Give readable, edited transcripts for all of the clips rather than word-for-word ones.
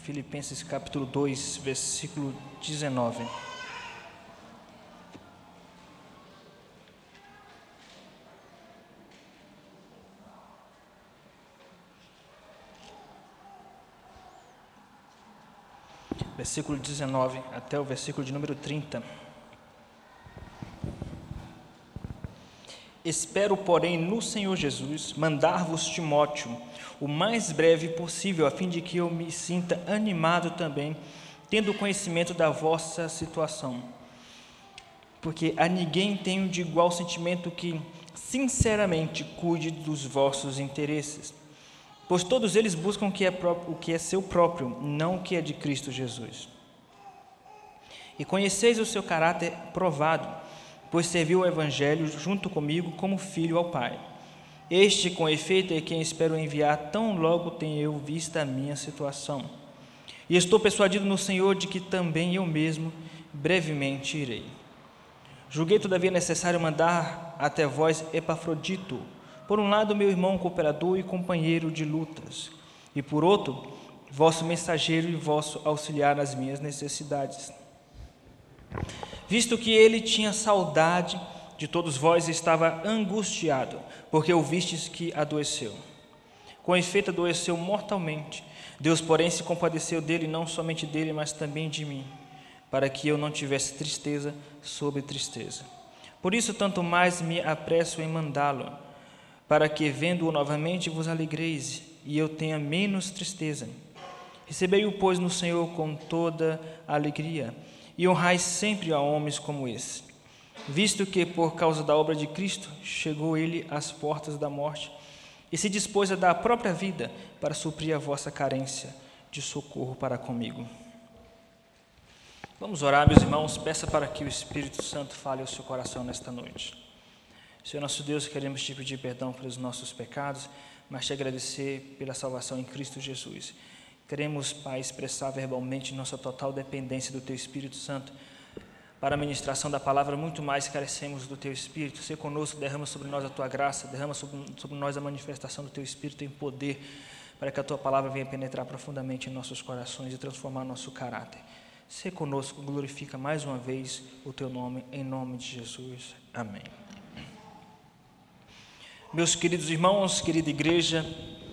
Filipenses capítulo 2, versículo 19. Versículo 19 até o versículo de número 30. Espero, porém, no Senhor Jesus, mandar-vos Timóteo, o mais breve possível, a fim de que eu me sinta animado também, tendo conhecimento da vossa situação. Porque a ninguém tenho de igual sentimento que, sinceramente, cuide dos vossos interesses. Pois todos eles buscam o que é seu próprio, não o que é de Cristo Jesus. E conheceis o seu caráter provado, pois serviu o Evangelho junto comigo como filho ao Pai. Este, com efeito, é quem espero enviar, tão logo tenho eu vista a minha situação. E estou persuadido no Senhor de que também eu mesmo brevemente irei. Julguei, todavia, necessário mandar até vós Epafrodito, por um lado, meu irmão cooperador e companheiro de lutas, e por outro, vosso mensageiro e vosso auxiliar nas minhas necessidades. Visto que ele tinha saudade de todos vós e estava angustiado, porque ouvistes que adoeceu. Com efeito, adoeceu mortalmente. Deus, porém, se compadeceu dele, não somente dele, mas também de mim, para que eu não tivesse tristeza sobre tristeza. Por isso, tanto mais me apresso em mandá-lo, para que, vendo-o novamente, vos alegreis, e eu tenha menos tristeza. Recebei-o, pois, no Senhor com toda a alegria, e honrai sempre a homens como esse, visto que, por causa da obra de Cristo, chegou ele às portas da morte, e se dispôs a dar a própria vida para suprir a vossa carência de socorro para comigo. Vamos orar, meus irmãos, peça para que o Espírito Santo fale ao seu coração nesta noite. Senhor nosso Deus, queremos te pedir perdão pelos nossos pecados, mas te agradecer pela salvação em Cristo Jesus. Queremos, Pai, expressar verbalmente nossa total dependência do Teu Espírito Santo. Para a ministração da palavra, muito mais carecemos do Teu Espírito. Sê conosco, derrama sobre nós a Tua graça, derrama sobre nós a manifestação do Teu Espírito em poder, para que a Tua palavra venha penetrar profundamente em nossos corações e transformar nosso caráter. Sê conosco, glorifica mais uma vez o Teu nome, em nome de Jesus. Amém. Meus queridos irmãos, querida igreja,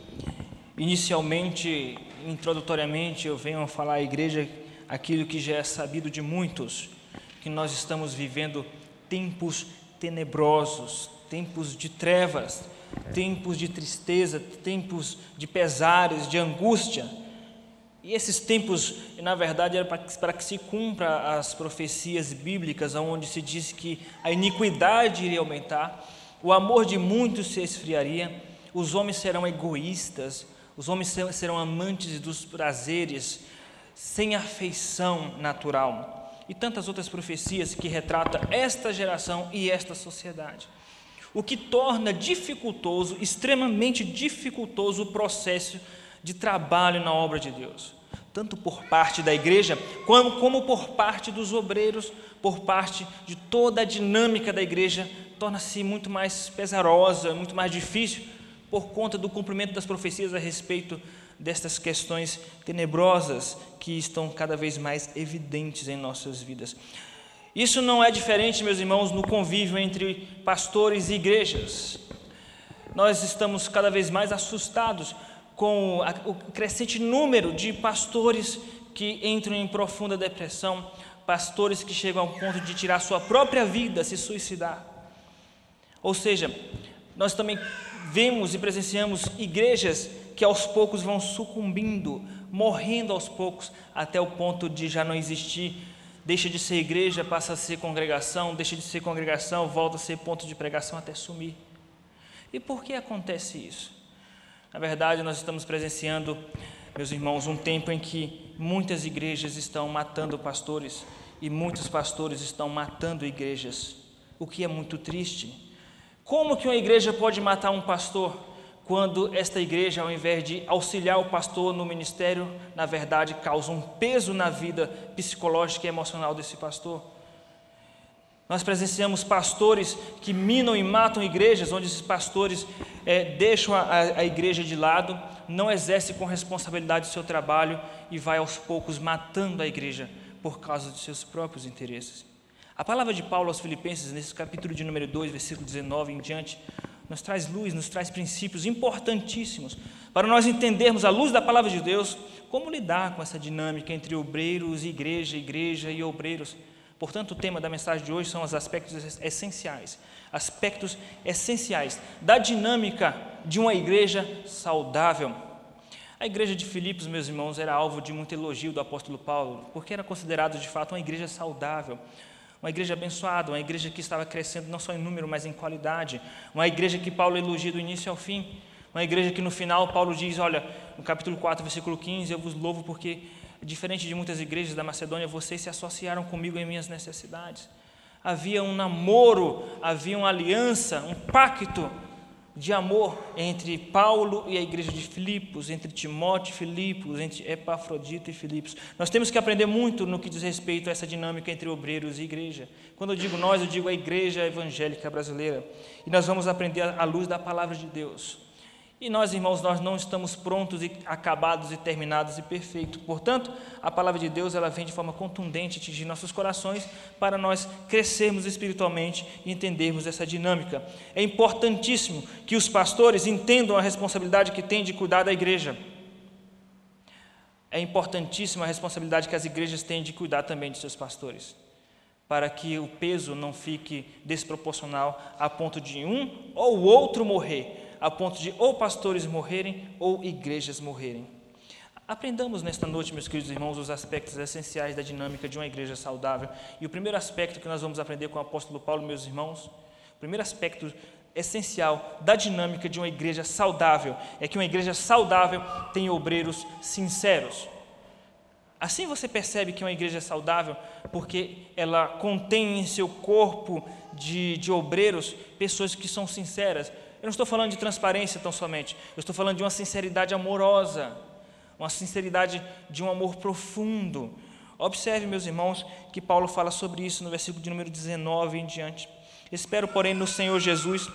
introdutoriamente, eu venho falar à igreja aquilo que já é sabido de muitos, que nós estamos vivendo tempos tenebrosos, tempos de trevas, tempos de tristeza, tempos de pesares, de angústia. E esses tempos, na verdade, era para que se cumpra as profecias bíblicas, onde se diz que a iniquidade iria aumentar, o amor de muitos se esfriaria, os homens serão egoístas, os homens serão amantes dos prazeres, sem afeição natural. E tantas outras profecias que retratam esta geração e esta sociedade. O que torna dificultoso, extremamente dificultoso, o processo de trabalho na obra de Deus. Tanto por parte da igreja, como por parte dos obreiros, por parte de toda a dinâmica da igreja, torna-se muito mais pesarosa, muito mais difícil, por conta do cumprimento das profecias a respeito destas questões tenebrosas que estão cada vez mais evidentes em nossas vidas. Isso não é diferente, meus irmãos, no convívio entre pastores e igrejas. Nós estamos cada vez mais assustados com o crescente número de pastores que entram em profunda depressão, pastores que chegam ao ponto de tirar sua própria vida, se suicidar. Ou seja, nós também vemos e presenciamos igrejas que aos poucos vão sucumbindo, morrendo aos poucos, até o ponto de já não existir, deixa de ser igreja, passa a ser congregação, deixa de ser congregação, volta a ser ponto de pregação até sumir. E por que acontece isso? Na verdade, nós estamos presenciando, meus irmãos, um tempo em que muitas igrejas estão matando pastores e muitos pastores estão matando igrejas, o que é muito triste. Como que uma igreja pode matar um pastor quando esta igreja, ao invés de auxiliar o pastor no ministério, na verdade causa um peso na vida psicológica e emocional desse pastor? Nós presenciamos pastores que minam e matam igrejas, onde esses pastores deixam a igreja de lado, não exercem com responsabilidade o seu trabalho e vai aos poucos matando a igreja por causa de seus próprios interesses. A palavra de Paulo aos Filipenses, nesse capítulo de número 2, versículo 19 em diante, nos traz luz, nos traz princípios importantíssimos para nós entendermos, à luz da palavra de Deus, como lidar com essa dinâmica entre obreiros e igreja, igreja e obreiros. Portanto, o tema da mensagem de hoje são os aspectos essenciais da dinâmica de uma igreja saudável. A igreja de Filipos, meus irmãos, era alvo de muito elogio do apóstolo Paulo, porque era considerada de fato uma igreja saudável, uma igreja abençoada, uma igreja que estava crescendo não só em número, mas em qualidade, uma igreja que Paulo elogia do início ao fim, uma igreja que no final Paulo diz, olha, no capítulo 4, versículo 15, eu vos louvo porque, diferente de muitas igrejas da Macedônia, vocês se associaram comigo em minhas necessidades. Havia um namoro, havia uma aliança, um pacto de amor entre Paulo e a igreja de Filipos, entre Timóteo e Filipos, entre Epafrodito e Filipos. Nós temos que aprender muito no que diz respeito a essa dinâmica entre obreiros e igreja. Quando eu digo nós, eu digo a igreja evangélica brasileira. E nós vamos aprender à luz da palavra de Deus. E nós, irmãos, nós não estamos prontos e acabados e terminados e perfeitos. Portanto, a palavra de Deus, ela vem de forma contundente atingir nossos corações para nós crescermos espiritualmente e entendermos essa dinâmica. É importantíssimo que os pastores entendam a responsabilidade que têm de cuidar da igreja. É importantíssima a responsabilidade que as igrejas têm de cuidar também de seus pastores, para que o peso não fique desproporcional a ponto de um ou outro morrer, a ponto de ou pastores morrerem ou igrejas morrerem. Aprendamos nesta noite, meus queridos irmãos, os aspectos essenciais da dinâmica de uma igreja saudável. E o primeiro aspecto que nós vamos aprender com o apóstolo Paulo, meus irmãos, o primeiro aspecto essencial da dinâmica de uma igreja saudável é que uma igreja saudável tem obreiros sinceros. Assim você percebe que uma igreja é saudável porque ela contém em seu corpo de obreiros pessoas que são sinceras. Eu não estou falando de transparência tão somente, eu estou falando de uma sinceridade amorosa, uma sinceridade de um amor profundo. Observe, meus irmãos, que Paulo fala sobre isso no versículo de número 19 em diante. Espero, porém, no Senhor Jesus,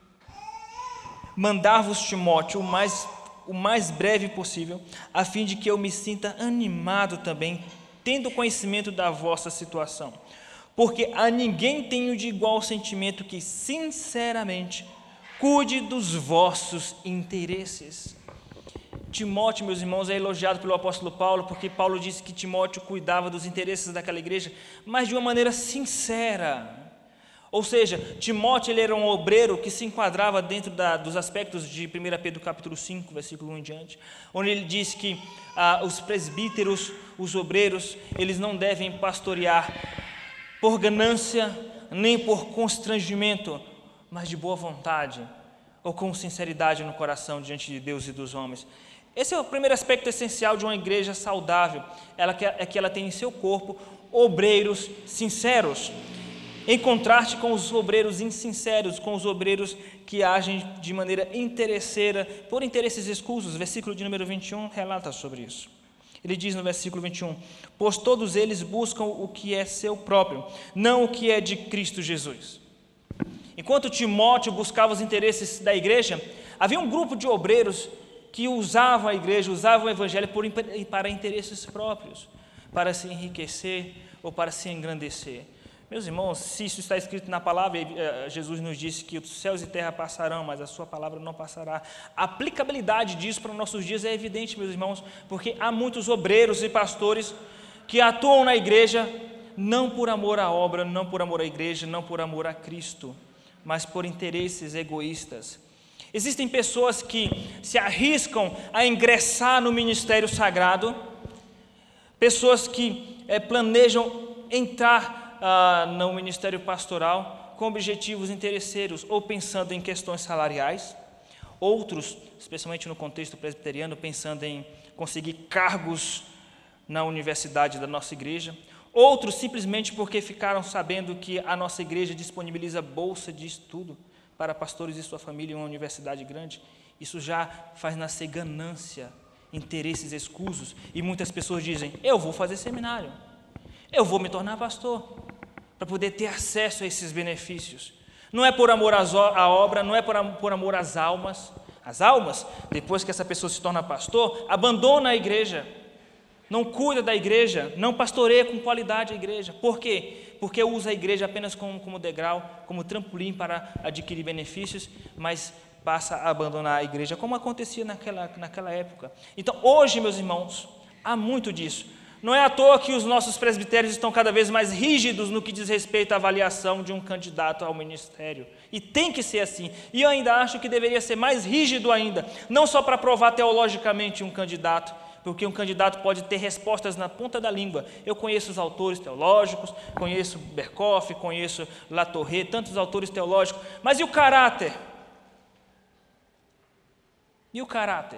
mandar-vos Timóteo o mais breve possível, a fim de que eu me sinta animado também, tendo conhecimento da vossa situação. Porque a ninguém tenho de igual sentimento que, sinceramente, cuide dos vossos interesses. Timóteo, meus irmãos, é elogiado pelo apóstolo Paulo, porque Paulo disse que Timóteo cuidava dos interesses daquela igreja, mas de uma maneira sincera. Ou seja, Timóteo ele era um obreiro que se enquadrava dentro dos aspectos de 1 Pedro capítulo 5, versículo 1 em diante, onde ele diz que os presbíteros, os obreiros, eles não devem pastorear por ganância, nem por constrangimento, mas de boa vontade, ou com sinceridade no coração diante de Deus e dos homens. Esse é o primeiro aspecto essencial de uma igreja saudável, é que ela tem em seu corpo obreiros sinceros, em contraste com os obreiros insinceros, com os obreiros que agem de maneira interesseira, por interesses escusos. Versículo de número 21 relata sobre isso. Ele diz no versículo 21, pois todos eles buscam o que é seu próprio, não o que é de Cristo Jesus. Enquanto Timóteo buscava os interesses da igreja, havia um grupo de obreiros que usavam a igreja, usavam o evangelho para interesses próprios, para se enriquecer ou para se engrandecer. Meus irmãos, se isso está escrito na palavra, Jesus nos disse que os céus e terra passarão, mas a sua palavra não passará. A aplicabilidade disso para os nossos dias é evidente, meus irmãos, porque há muitos obreiros e pastores que atuam na igreja não por amor à obra, não por amor à igreja, não por amor a Cristo, mas por interesses egoístas. Existem pessoas que se arriscam a ingressar no ministério sagrado, pessoas que planejam entrar no ministério pastoral com objetivos interesseiros ou pensando em questões salariais, outros, especialmente no contexto presbiteriano, pensando em conseguir cargos na universidade da nossa igreja, outros simplesmente porque ficaram sabendo que a nossa igreja disponibiliza bolsa de estudo para pastores e sua família em uma universidade grande. Isso já faz nascer ganância, interesses escusos, e muitas pessoas dizem, eu vou fazer seminário, eu vou me tornar pastor, para poder ter acesso a esses benefícios. Não é por amor à obra, não é por amor às almas. As almas, depois que essa pessoa se torna pastor, abandona a igreja, não cuida da igreja, não pastoreia com qualidade a igreja. Por quê? Porque usa a igreja apenas como degrau, como trampolim para adquirir benefícios, mas passa a abandonar a igreja, como acontecia naquela época. Então, hoje, meus irmãos, há muito disso. Não é à toa que os nossos presbitérios estão cada vez mais rígidos no que diz respeito à avaliação de um candidato ao ministério. E tem que ser assim. E eu ainda acho que deveria ser mais rígido ainda, não só para provar teologicamente um candidato, porque um candidato pode ter respostas na ponta da língua. Eu conheço os autores teológicos, conheço Berkoff, conheço Latorre, tantos autores teológicos, mas e o caráter? E o caráter?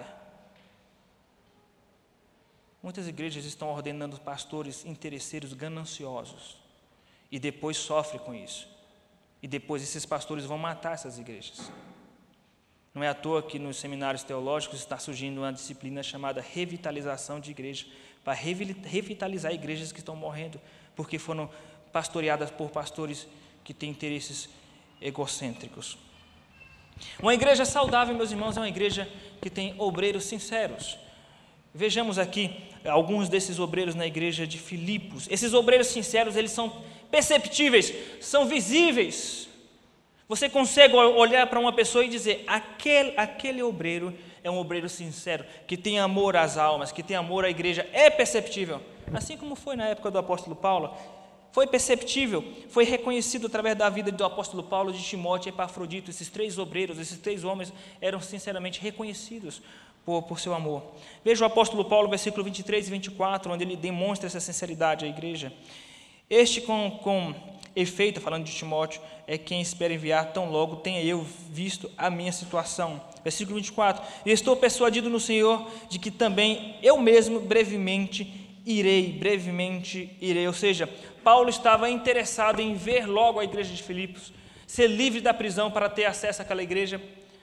Muitas igrejas estão ordenando pastores interesseiros gananciosos e depois sofrem com isso. E depois esses pastores vão matar essas igrejas. Não é à toa que nos seminários teológicos está surgindo uma disciplina chamada revitalização de igreja, para revitalizar igrejas que estão morrendo, porque foram pastoreadas por pastores que têm interesses egocêntricos. Uma igreja saudável, meus irmãos, é uma igreja que tem obreiros sinceros. Vejamos aqui alguns desses obreiros na igreja de Filipos. Esses obreiros sinceros, eles são perceptíveis, são visíveis. Você consegue olhar para uma pessoa e dizer, aquele obreiro é um obreiro sincero, que tem amor às almas, que tem amor à igreja, é perceptível. Assim como foi na época do apóstolo Paulo, foi perceptível, foi reconhecido através da vida do apóstolo Paulo, de Timóteo e Epafrodito. Esses 3 obreiros, esses 3 homens eram sinceramente reconhecidos por seu amor. Veja o apóstolo Paulo, versículo 23 e 24, onde ele demonstra essa sinceridade à igreja. Este com efeito, falando de Timóteo, é quem espera enviar tão logo tenha eu visto a minha situação. Versículo 24, e estou persuadido no Senhor de que também eu mesmo brevemente irei, ou seja, Paulo estava interessado em ver logo a igreja de Filipos, ser livre da prisão para ter acesso àquela igreja,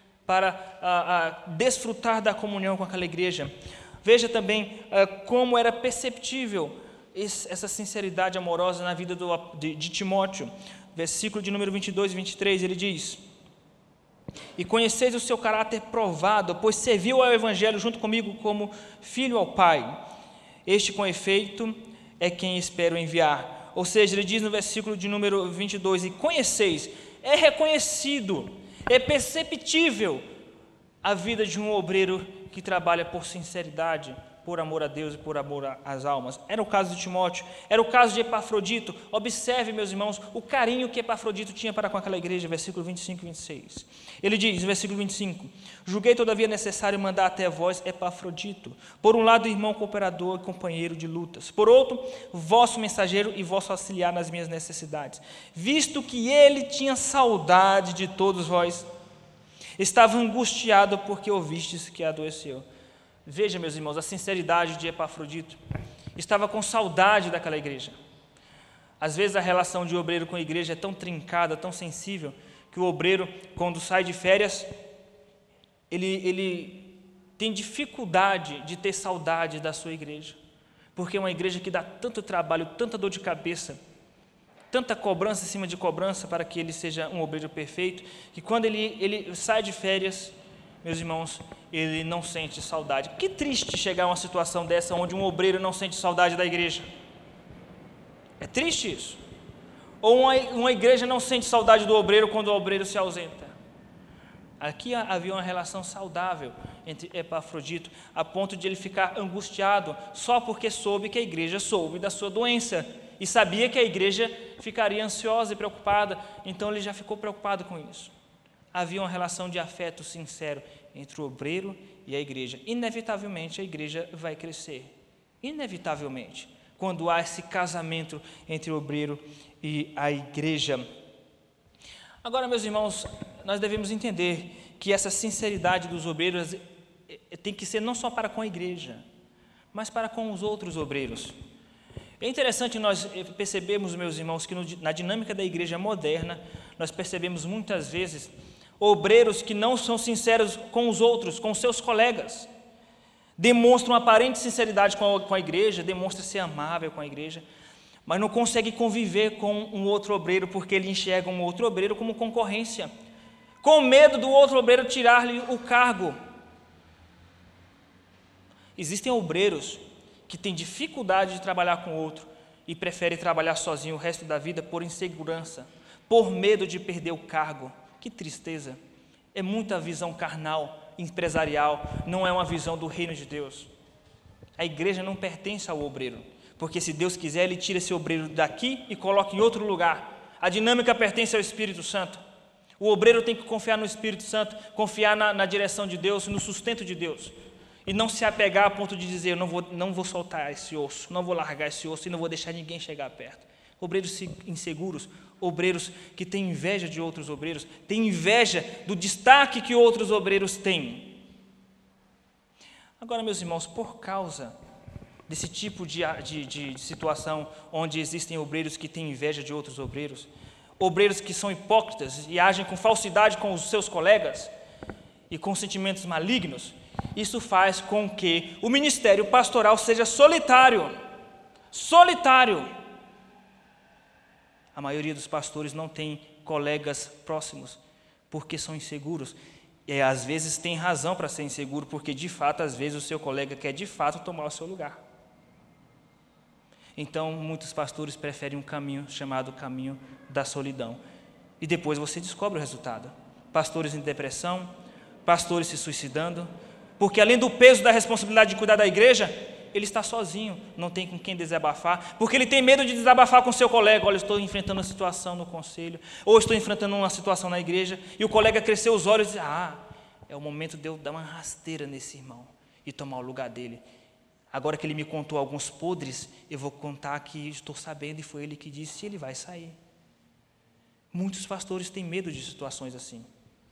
para desfrutar da comunhão com aquela igreja. Veja também como era perceptível essa sinceridade amorosa na vida de Timóteo. Versículo de número 22 e 23, ele diz, e conheceis o seu caráter provado, pois serviu ao evangelho junto comigo como filho ao Pai. Este com efeito é quem espero enviar. Ou seja, ele diz no versículo de número 22, e conheceis, é reconhecido, é perceptível a vida de um obreiro que trabalha por sinceridade, por amor a Deus e por amor às almas. Era o caso de Timóteo, era o caso de Epafrodito. Observe, meus irmãos, o carinho que Epafrodito tinha para com aquela igreja, versículo 25 e 26. Ele diz, versículo 25, julguei todavia necessário mandar até vós Epafrodito, por um lado irmão cooperador e companheiro de lutas, por outro, vosso mensageiro e vosso auxiliar nas minhas necessidades, visto que ele tinha saudade de todos vós, estava angustiado porque ouvistes que adoeceu. Veja, meus irmãos, a sinceridade de Epafrodito. Estava com saudade daquela igreja. Às vezes a relação de obreiro com a igreja é tão trincada, tão sensível, que o obreiro, quando sai de férias, ele tem dificuldade de ter saudade da sua igreja, porque é uma igreja que dá tanto trabalho, tanta dor de cabeça, tanta cobrança em cima de cobrança para que ele seja um obreiro perfeito, que quando ele sai de férias, meus irmãos, ele não sente saudade. Que triste chegar a uma situação dessa, onde um obreiro não sente saudade da igreja. É triste isso. Ou uma igreja não sente saudade do obreiro quando o obreiro se ausenta. Aqui havia uma relação saudável entre Epafrodito, a ponto de ele ficar angustiado, só porque soube que a igreja soube da sua doença, e sabia que a igreja ficaria ansiosa e preocupada, então ele já ficou preocupado com isso. Havia uma relação de afeto sincero entre o obreiro e a igreja. Inevitavelmente a igreja vai crescer. Inevitavelmente, quando há esse casamento entre o obreiro e a igreja. Agora, meus irmãos, nós devemos entender que essa sinceridade dos obreiros tem que ser não só para com a igreja, mas para com os outros obreiros. É interessante nós percebermos, meus irmãos, que na dinâmica da igreja moderna, nós percebemos muitas vezes obreiros que não são sinceros com os outros, com os seus colegas, demonstram aparente sinceridade com a igreja, demonstram ser amável com a igreja, mas não consegue conviver com um outro obreiro porque ele enxerga um outro obreiro como concorrência, com medo do outro obreiro tirar-lhe o cargo. Existem obreiros que têm dificuldade de trabalhar com o outro e preferem trabalhar sozinho o resto da vida por insegurança, por medo de perder o cargo. Que tristeza! É muita visão carnal, empresarial, não é uma visão do reino de Deus. A igreja não pertence ao obreiro, porque se Deus quiser, Ele tira esse obreiro daqui e coloca em outro lugar. A dinâmica pertence ao Espírito Santo. O obreiro tem que confiar no Espírito Santo, confiar na direção de Deus, no sustento de Deus, e não se apegar a ponto de dizer, eu não vou soltar esse osso, não vou largar esse osso e não vou deixar ninguém chegar perto. Obreiros inseguros, obreiros que têm inveja de outros obreiros, têm inveja do destaque que outros obreiros têm. Agora, meus irmãos, por causa desse tipo de situação onde existem obreiros que têm inveja de outros obreiros, obreiros que são hipócritas e agem com falsidade com os seus colegas e com sentimentos malignos, isso faz com que o ministério pastoral seja solitário. A maioria dos pastores não tem colegas próximos porque são inseguros. E às vezes tem razão para ser inseguro, porque de fato, às vezes o seu colega quer de fato tomar o seu lugar. Então, muitos pastores preferem um caminho chamado caminho da solidão. E depois você descobre o resultado. Pastores em depressão, pastores se suicidando, porque além do peso da responsabilidade de cuidar da igreja, ele está sozinho, não tem com quem desabafar, porque ele tem medo de desabafar com seu colega. Olha, eu estou enfrentando uma situação no conselho, ou estou enfrentando uma situação na igreja, e o colega cresceu os olhos e diz, é o momento de eu dar uma rasteira nesse irmão e tomar o lugar dele. Agora que ele me contou alguns podres, eu vou contar que estou sabendo e foi ele que disse, e ele vai sair. Muitos pastores têm medo de situações assim.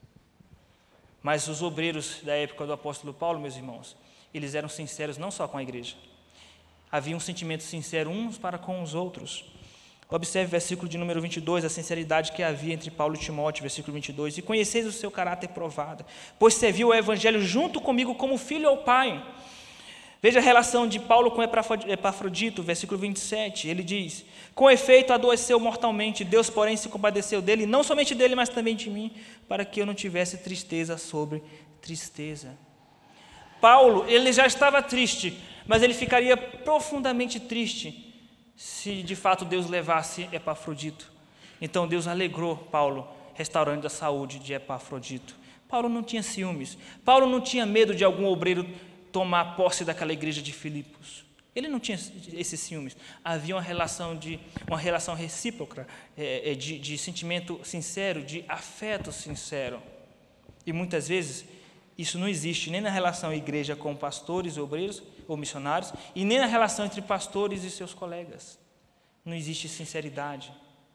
Mas os obreiros da época do apóstolo Paulo, meus irmãos, eles eram sinceros não só com a igreja. Havia um sentimento sincero uns para com os outros. Observe o versículo de número 22, a sinceridade que havia entre Paulo e Timóteo, versículo 22. E conheceis o seu caráter provado, pois serviu o evangelho junto comigo como filho ao pai. Veja a relação de Paulo com Epafrodito, versículo 27. Ele diz, com efeito adoeceu mortalmente, Deus porém se compadeceu dele, não somente dele, mas também de mim, para que eu não tivesse tristeza sobre tristeza. Paulo, ele já estava triste, mas ele ficaria profundamente triste se de fato Deus levasse Epafrodito. Então Deus alegrou Paulo, restaurando a saúde de Epafrodito. Paulo não tinha ciúmes, Paulo não tinha medo de algum obreiro tomar posse daquela igreja de Filipos. Ele não tinha esses ciúmes. Havia uma relação recíproca, de sentimento sincero, de afeto sincero. E muitas vezes isso não existe nem na relação igreja com pastores, obreiros ou missionários, e nem na relação entre pastores e seus colegas. Não existe sinceridade.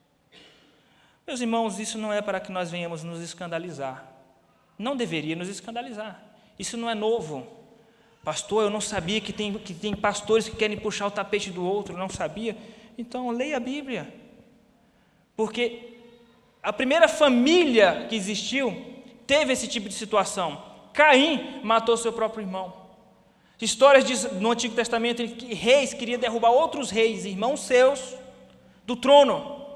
Meus irmãos, isso não é para que nós venhamos nos escandalizar. Não deveria nos escandalizar. Isso não é novo. Pastor, eu não sabia que tem pastores que querem puxar o tapete do outro, não sabia? Então, leia a Bíblia. Porque a primeira família que existiu teve esse tipo de situação. Caim matou seu próprio irmão. Histórias no Antigo Testamento em que reis queriam derrubar outros reis, irmãos seus, do trono.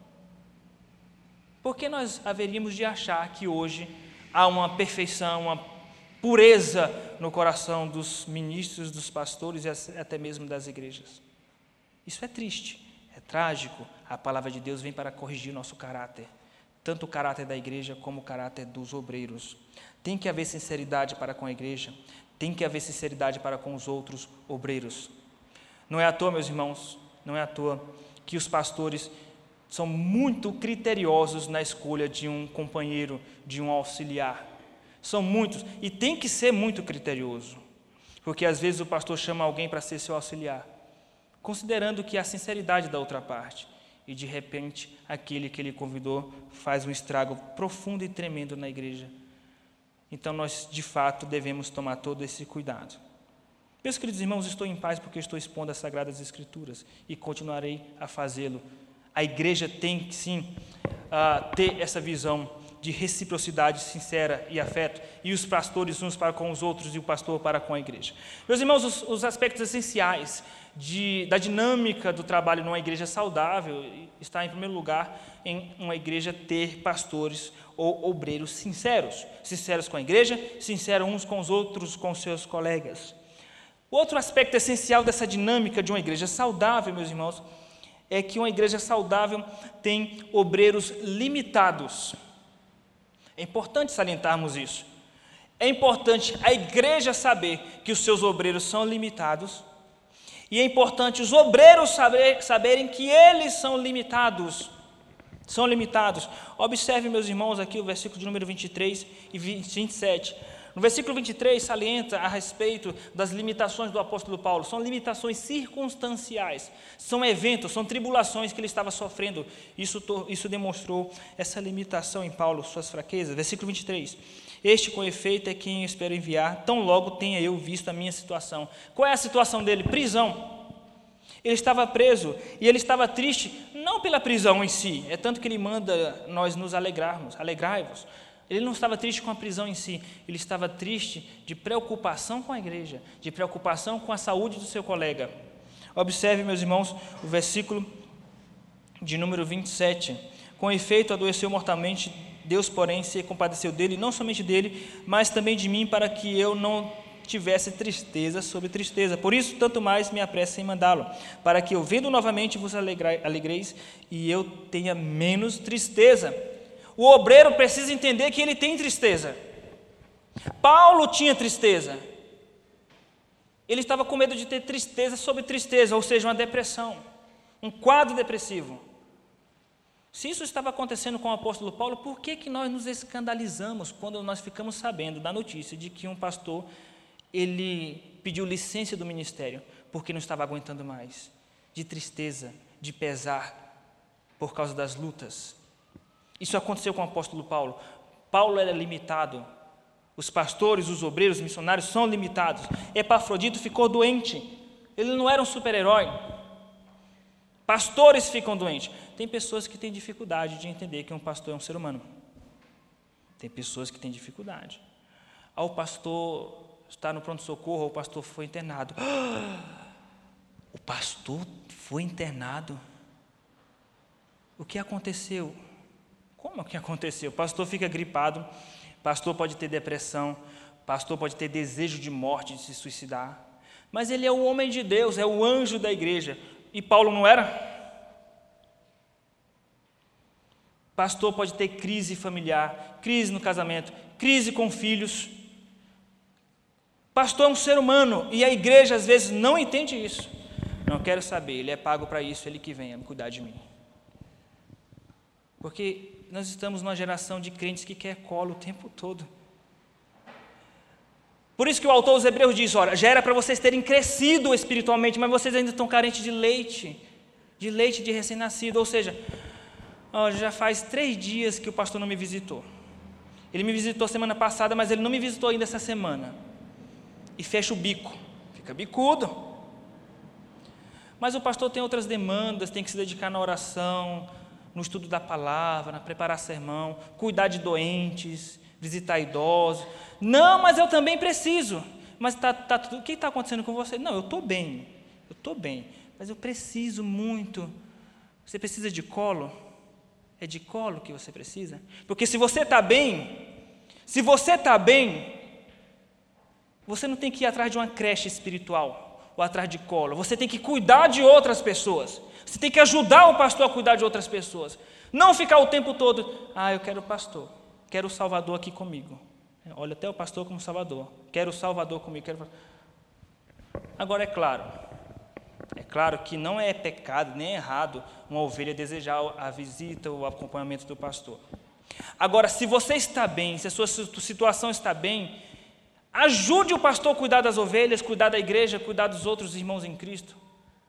Por que nós haveríamos de achar que hoje há uma perfeição, uma pureza no coração dos ministros, dos pastores e até mesmo das igrejas? Isso é triste, é trágico. A palavra de Deus vem para corrigir o nosso caráter, tanto o caráter da igreja como o caráter dos obreiros. Tem que haver sinceridade para com a igreja, tem que haver sinceridade para com os outros obreiros. Não é à toa, meus irmãos, não é à toa que os pastores são muito criteriosos na escolha de um companheiro, de um auxiliar. São muitos, e tem que ser muito criterioso, porque às vezes o pastor chama alguém para ser seu auxiliar, considerando que há sinceridade da outra parte, e de repente aquele que ele convidou faz um estrago profundo e tremendo na igreja. Então nós de fato devemos tomar todo esse cuidado. Meus queridos irmãos, estou em paz porque estou expondo as Sagradas Escrituras e continuarei a fazê-lo. A igreja tem que sim ter essa visão de reciprocidade sincera e afeto, e os pastores uns para com os outros e o pastor para com a igreja. Meus irmãos, os aspectos essenciais da dinâmica do trabalho numa igreja saudável está, em primeiro lugar, em uma igreja ter pastores ou obreiros sinceros com a igreja, sinceros uns com os outros, com seus colegas. O outro aspecto essencial dessa dinâmica de uma igreja saudável, meus irmãos, é que uma igreja saudável tem obreiros limitados. É importante salientarmos isso. É importante a igreja saber que os seus obreiros são limitados, e é importante os obreiros saberem que eles são limitados. São limitados. Observe, meus irmãos, aqui o versículo de número 23 e 27. No versículo 23, salienta a respeito das limitações do apóstolo Paulo. São limitações circunstanciais, são eventos, são tribulações que ele estava sofrendo. Isso demonstrou essa limitação em Paulo, suas fraquezas. Versículo 23. Este, com efeito, é quem eu espero enviar, tão logo tenha eu visto a minha situação. Qual é a situação dele? Prisão. Ele estava preso e ele estava triste, não pela prisão em si, é tanto que ele manda nós nos alegrarmos, alegrai-vos. Ele não estava triste com a prisão em si, ele estava triste de preocupação com a igreja, de preocupação com a saúde do seu colega. Observe, meus irmãos, o versículo de número 27. Com efeito, adoeceu mortalmente, Deus, porém, se compadeceu dele, não somente dele, mas também de mim, para que eu não tivesse tristeza sobre tristeza. Por isso, tanto mais me apresso em mandá-lo, para que eu vendo novamente vos alegreis e eu tenha menos tristeza. O obreiro precisa entender que ele tem tristeza. Paulo tinha tristeza. Ele estava com medo de ter tristeza sobre tristeza, ou seja, uma depressão, um quadro depressivo. Se isso estava acontecendo com o apóstolo Paulo, por que nós nos escandalizamos quando nós ficamos sabendo da notícia de que um pastor ele pediu licença do ministério porque não estava aguentando mais, de tristeza, de pesar, por causa das lutas? Isso aconteceu com o apóstolo Paulo. Paulo era limitado. Os pastores, os obreiros, os missionários são limitados. Epafrodito ficou doente. Ele não era um super-herói. Pastores ficam doentes. Tem pessoas que têm dificuldade de entender que um pastor é um ser humano. Tem pessoas que têm dificuldade. O pastor está no pronto-socorro, o pastor foi internado. O pastor foi internado? O que aconteceu? Como que aconteceu? O pastor fica gripado, o pastor pode ter depressão, o pastor pode ter desejo de morte, de se suicidar, mas ele é o homem de Deus, é o anjo da igreja, e Paulo não era? Pastor pode ter crise familiar, crise no casamento, crise com filhos. Pastor é um ser humano, e a igreja às vezes não entende isso. Não quero saber, ele é pago para isso, ele que venha cuidar de mim. Porque nós estamos numa geração de crentes que quer colo o tempo todo. Por isso que o autor aos Hebreus diz, olha, já era para vocês terem crescido espiritualmente, mas vocês ainda estão carentes de leite de recém-nascido. Ou seja, já faz 3 dias que o pastor não me visitou. Ele me visitou semana passada, mas ele não me visitou ainda essa semana. E fecha o bico, fica bicudo. Mas o pastor tem outras demandas, tem que se dedicar na oração, no estudo da palavra, na preparar sermão, cuidar de doentes, visitar idosos. Não, mas eu também preciso. Mas o que está acontecendo com você? Não, eu estou bem, mas eu preciso muito. Você precisa de colo? É de colo que você precisa? Porque se você está bem, você não tem que ir atrás de uma creche espiritual, ou atrás de colo. Você tem que cuidar de outras pessoas. Você tem que ajudar o pastor a cuidar de outras pessoas. Não ficar o tempo todo, eu quero o pastor, quero o Salvador aqui comigo. Olha até o pastor como Salvador. Quero o Salvador comigo. Agora, é claro que não é pecado, nem é errado uma ovelha desejar a visita ou o acompanhamento do pastor. Agora, se você está bem, se a sua situação está bem, ajude o pastor a cuidar das ovelhas, cuidar da igreja, cuidar dos outros irmãos em Cristo.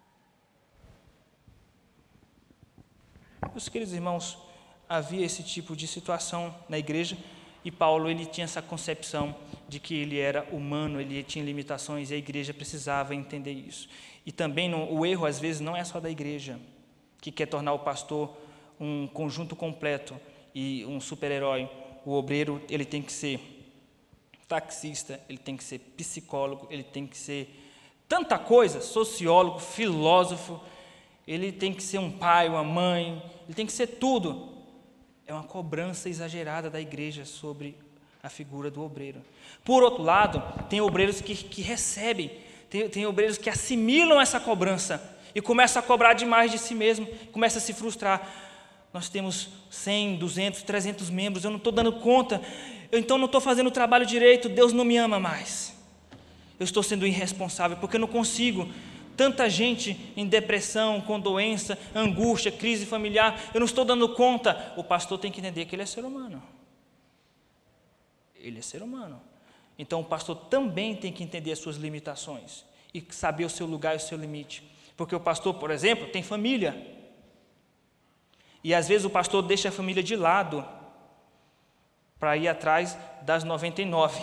Meus queridos irmãos, havia esse tipo de situação na igreja, e Paulo ele tinha essa concepção de que ele era humano, ele tinha limitações, e a igreja precisava entender isso. E também o erro às vezes não é só da igreja, que quer tornar o pastor um conjunto completo e um super-herói. o obreiro ele tem que ser taxista, ele tem que ser psicólogo, ele tem que ser tanta coisa, sociólogo, filósofo, ele tem que ser um pai, uma mãe, ele tem que ser tudo. É uma cobrança exagerada da igreja sobre a figura do obreiro. Por outro lado, tem obreiros que recebem, tem obreiros que assimilam essa cobrança e começam a cobrar demais de si mesmo, começam a se frustrar. Nós temos 100, 200, 300 membros, eu não estou dando conta, eu então não estou fazendo o trabalho direito, Deus não me ama mais. Eu estou sendo irresponsável, porque eu não consigo. Tanta gente em depressão, com doença, angústia, crise familiar, eu não estou dando conta. O pastor tem que entender que ele é ser humano. Ele é ser humano. Então o pastor também tem que entender as suas limitações e saber o seu lugar e o seu limite. Porque o pastor, por exemplo, tem família. E às vezes o pastor deixa a família de lado para ir atrás das 99.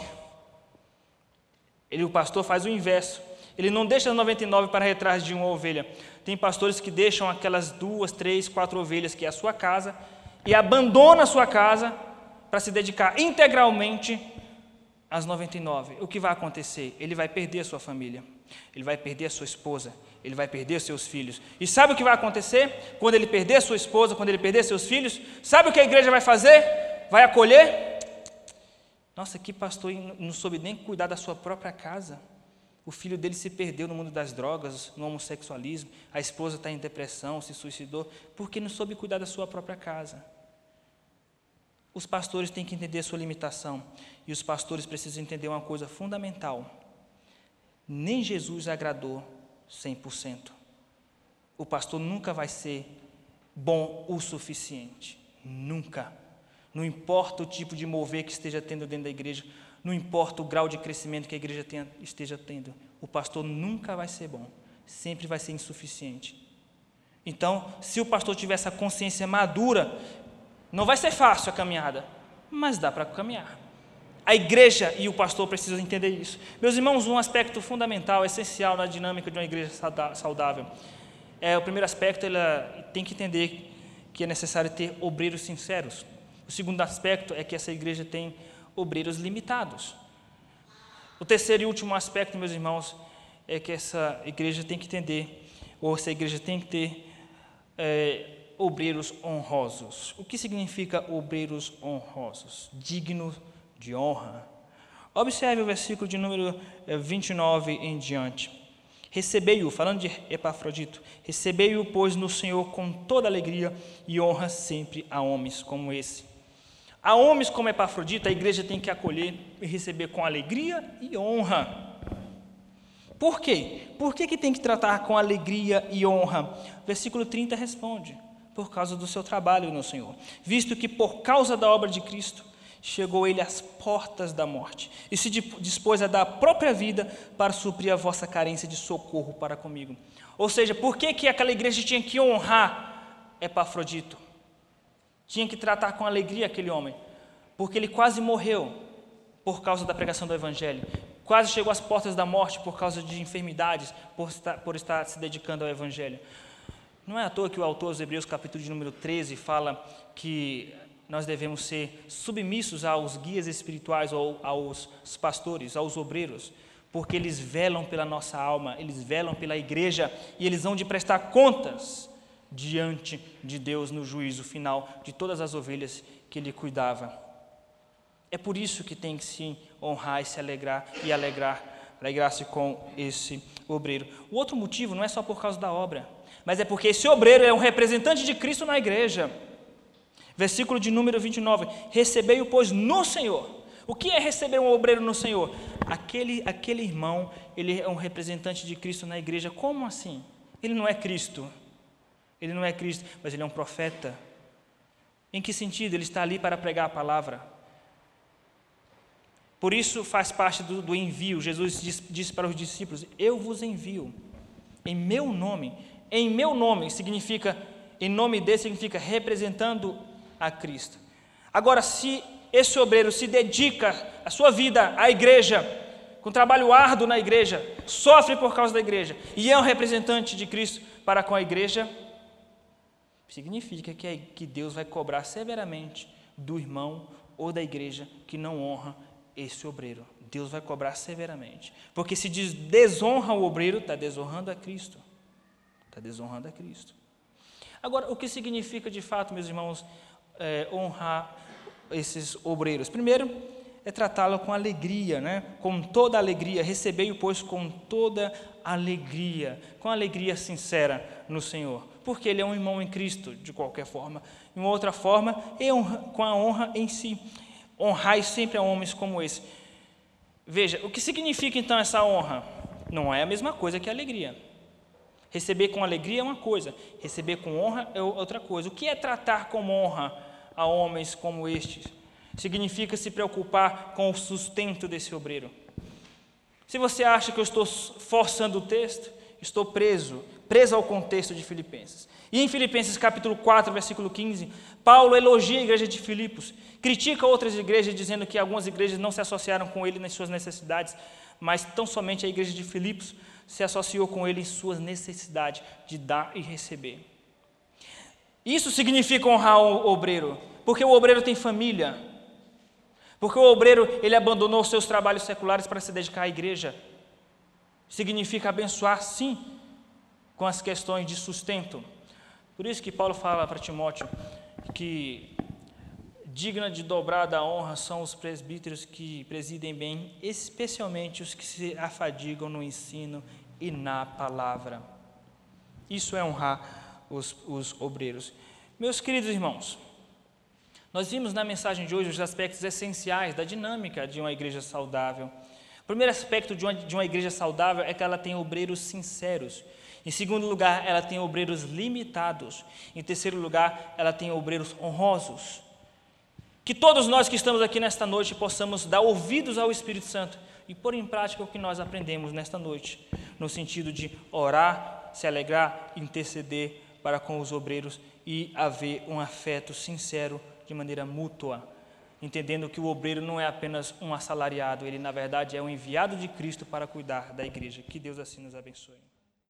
O pastor faz o inverso. Ele não deixa as 99 para ir atrás de uma ovelha. Tem pastores que deixam aquelas 2, 3, 4 ovelhas, que é a sua casa, e abandona a sua casa para se dedicar integralmente às 99. O que vai acontecer? Ele vai perder a sua família, ele vai perder a sua esposa, ele vai perder seus filhos. E sabe o que vai acontecer? Quando ele perder sua esposa, quando ele perder seus filhos, sabe o que a igreja vai fazer? Vai acolher? Nossa, que pastor não soube nem cuidar da sua própria casa. O filho dele se perdeu no mundo das drogas, no homossexualismo, a esposa está em depressão, se suicidou, porque não soube cuidar da sua própria casa. Os pastores têm que entender a sua limitação, e os pastores precisam entender uma coisa fundamental: nem Jesus agradou 100%. O pastor nunca vai ser bom o suficiente, nunca. Não importa o tipo de mover que esteja tendo dentro da igreja, não importa o grau de crescimento que a igreja esteja tendo, o pastor nunca vai ser bom, sempre vai ser insuficiente. Então, se o pastor tiver essa consciência madura, não vai ser fácil a caminhada, mas dá para caminhar. A igreja e o pastor precisam entender isso. Meus irmãos, um aspecto fundamental, essencial na dinâmica de uma igreja saudável, o primeiro aspecto, ela tem que entender que é necessário ter obreiros sinceros. O segundo aspecto é que essa igreja tem obreiros limitados. O terceiro e último aspecto, meus irmãos, é que essa igreja tem que entender, ou essa igreja tem que ter obreiros honrosos. O que significa obreiros honrosos? Dignos de honra. Observe o versículo de número 29 em diante. Recebei-o, falando de Epafrodito, recebei-o, pois, no Senhor com toda alegria e honra sempre a homens como esse. A homens como Epafrodito, a igreja tem que acolher e receber com alegria e honra. Por quê? Por que tem que tratar com alegria e honra? Versículo 30 responde: por causa do seu trabalho no Senhor, visto que por causa da obra de Cristo, chegou ele às portas da morte, e se dispôs a dar a própria vida para suprir a vossa carência de socorro para comigo. Ou seja, por que aquela igreja tinha que honrar Epafrodito? Tinha que tratar com alegria aquele homem, porque ele quase morreu por causa da pregação do Evangelho, quase chegou às portas da morte por causa de enfermidades, por estar se dedicando ao Evangelho. Não é à toa que o autor dos Hebreus, capítulo de número 13, fala que nós devemos ser submissos aos guias espirituais, ou aos pastores, aos obreiros, porque eles velam pela nossa alma, eles velam pela igreja, e eles hão de prestar contas diante de Deus no juízo final de todas as ovelhas que ele cuidava. É por isso que tem que se honrar e se alegrar, e alegrar-se com esse obreiro. O outro motivo não é só por causa da obra, mas é porque esse obreiro é um representante de Cristo na igreja. Versículo de número 29, recebei-o, pois, no Senhor. O que é receber um obreiro no Senhor? Aquele irmão, ele é um representante de Cristo na igreja. Como assim? Ele não é Cristo. Ele não é Cristo, mas ele é um profeta. Em que sentido? Ele está ali para pregar a palavra. Por isso faz parte do envio. Jesus disse para os discípulos: eu vos envio em meu nome. Em meu nome significa, em nome dele significa representando a Cristo. Agora, se esse obreiro se dedica a sua vida à igreja, com trabalho árduo na igreja, sofre por causa da igreja, e é um representante de Cristo para com a igreja, significa que Deus vai cobrar severamente do irmão ou da igreja que não honra esse obreiro. Deus vai cobrar severamente. Porque se desonra o obreiro, está desonrando a Cristo. Está desonrando a Cristo. Agora, o que significa de fato, meus irmãos, honrar esses obreiros? Primeiro, é tratá-lo com alegria, né? Com toda alegria. Recebei-o, pois, com toda alegria, com alegria sincera no Senhor. Porque ele é um irmão em Cristo, de qualquer forma. Em uma outra forma, com a honra em si. Honrai sempre a homens como esse. Veja, o que significa então essa honra? Não é a mesma coisa que a alegria. Receber com alegria é uma coisa, receber com honra é outra coisa. O que é tratar com honra a homens como estes? Significa se preocupar com o sustento desse obreiro. Se você acha que eu estou forçando o texto, estou preso ao contexto de Filipenses. E em Filipenses capítulo 4, versículo 15, Paulo elogia a igreja de Filipos, critica outras igrejas, dizendo que algumas igrejas não se associaram com ele nas suas necessidades, mas tão somente a igreja de Filipos se associou com ele em suas necessidades de dar e receber. Isso significa honrar o obreiro, porque o obreiro tem família, porque o obreiro ele abandonou seus trabalhos seculares para se dedicar à igreja. Significa abençoar, sim, com as questões de sustento. Por isso que Paulo fala para Timóteo que digna de dobrada honra são os presbíteros que presidem bem, especialmente os que se afadigam no ensino e na palavra. Isso é honrar os obreiros. Meus queridos irmãos, nós vimos na mensagem de hoje os aspectos essenciais da dinâmica de uma igreja saudável. O primeiro aspecto de uma igreja saudável é que ela tem obreiros sinceros. Em segundo lugar, ela tem obreiros limitados. Em terceiro lugar, ela tem obreiros honrosos. Que todos nós que estamos aqui nesta noite possamos dar ouvidos ao Espírito Santo e pôr em prática o que nós aprendemos nesta noite, no sentido de orar, se alegrar, interceder para com os obreiros e haver um afeto sincero de maneira mútua, entendendo que o obreiro não é apenas um assalariado, ele na verdade é um enviado de Cristo para cuidar da igreja. Que Deus assim nos abençoe.